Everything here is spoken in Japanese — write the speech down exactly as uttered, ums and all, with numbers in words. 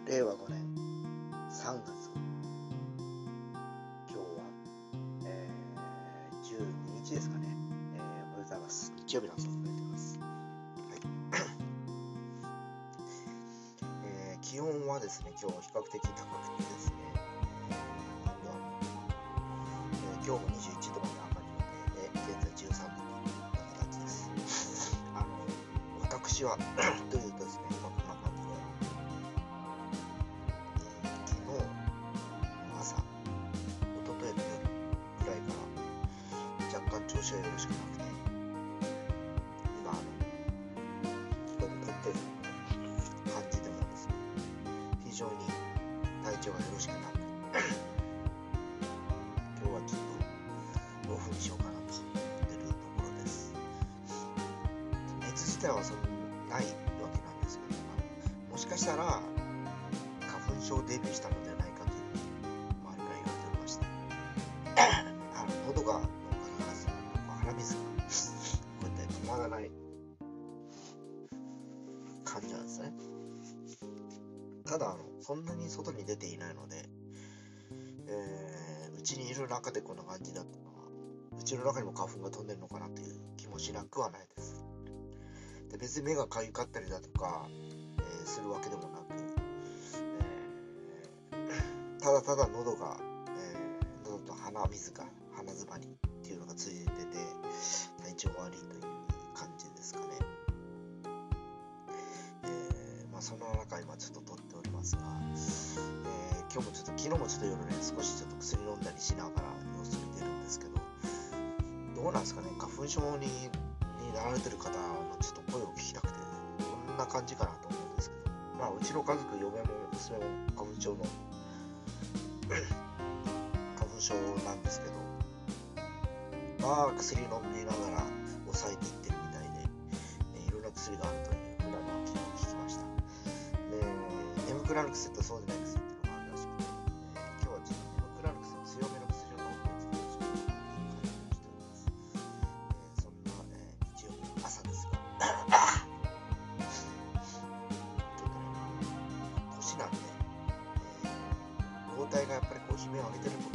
れいわごねんさんがつ、今日は、えー、じゅうににちですかね、えー、おはようございます。日曜日の朝を迎えています。はいえー、気温はですね、今日比較的高くてですね、えー、えー、今日もにじゅういちどまで上がるので、えー、現在じゅうさんどといった形です。あの私はというとですね、まあ、こんな感じで、えー、昨日の朝、一昨日の夜ぐらいから若干調子がよろしくなくて、今あのここに撮ってる感じでもですね、非常に体調がよろしくなく、今日はちょっとオフにしようかなと思ってるところです。熱自体はそんなないわけなんですけど、もしかしたら花粉症デビューしたのではないかというふうに周りから言われておりまして、あの喉がもうガラガラする、鼻水がこうやって止まらない感じなんですね。ただあのそんなに外に出ていないので、えー、うちにいる中でこんな感じだったのは、うちの中にも花粉が飛んでるのかなという気もしなくはないです。で別に目がかゆかったりだとか、えー、するわけでもなく、えー、ただただ喉が、えー、喉と鼻水が鼻づまりっていうのがついてて体調悪いという感じですかね。えー、まあそんな中今ちょっと撮っておりますが、えー、今日もちょっと昨日もちょっと夜ね少しちょっと薬飲んだりしながら様子見てるんですけど、どうなんですかね、花粉症にになられてる方のちょっと声を聞きたくて、どんな感じかなと思うんですけど、まあうちの家族、嫁も娘も花粉症の花粉症なんですけど、まあ薬飲みながら抑えていってるみたいで、ね、いろんな薬があるというふうなのを昨日聞きました。で、眠くなる薬とそうでない薬っていうのがあるらしくて、えー、今日はちょっと眠くなる薬、強めの薬を飲んでちょっとちょっといい感じにしております。えー、そんな、えー、日曜日の朝ですが、ちょっとね、年なんで、えー、老体がやっぱりこう悲鳴を上げてると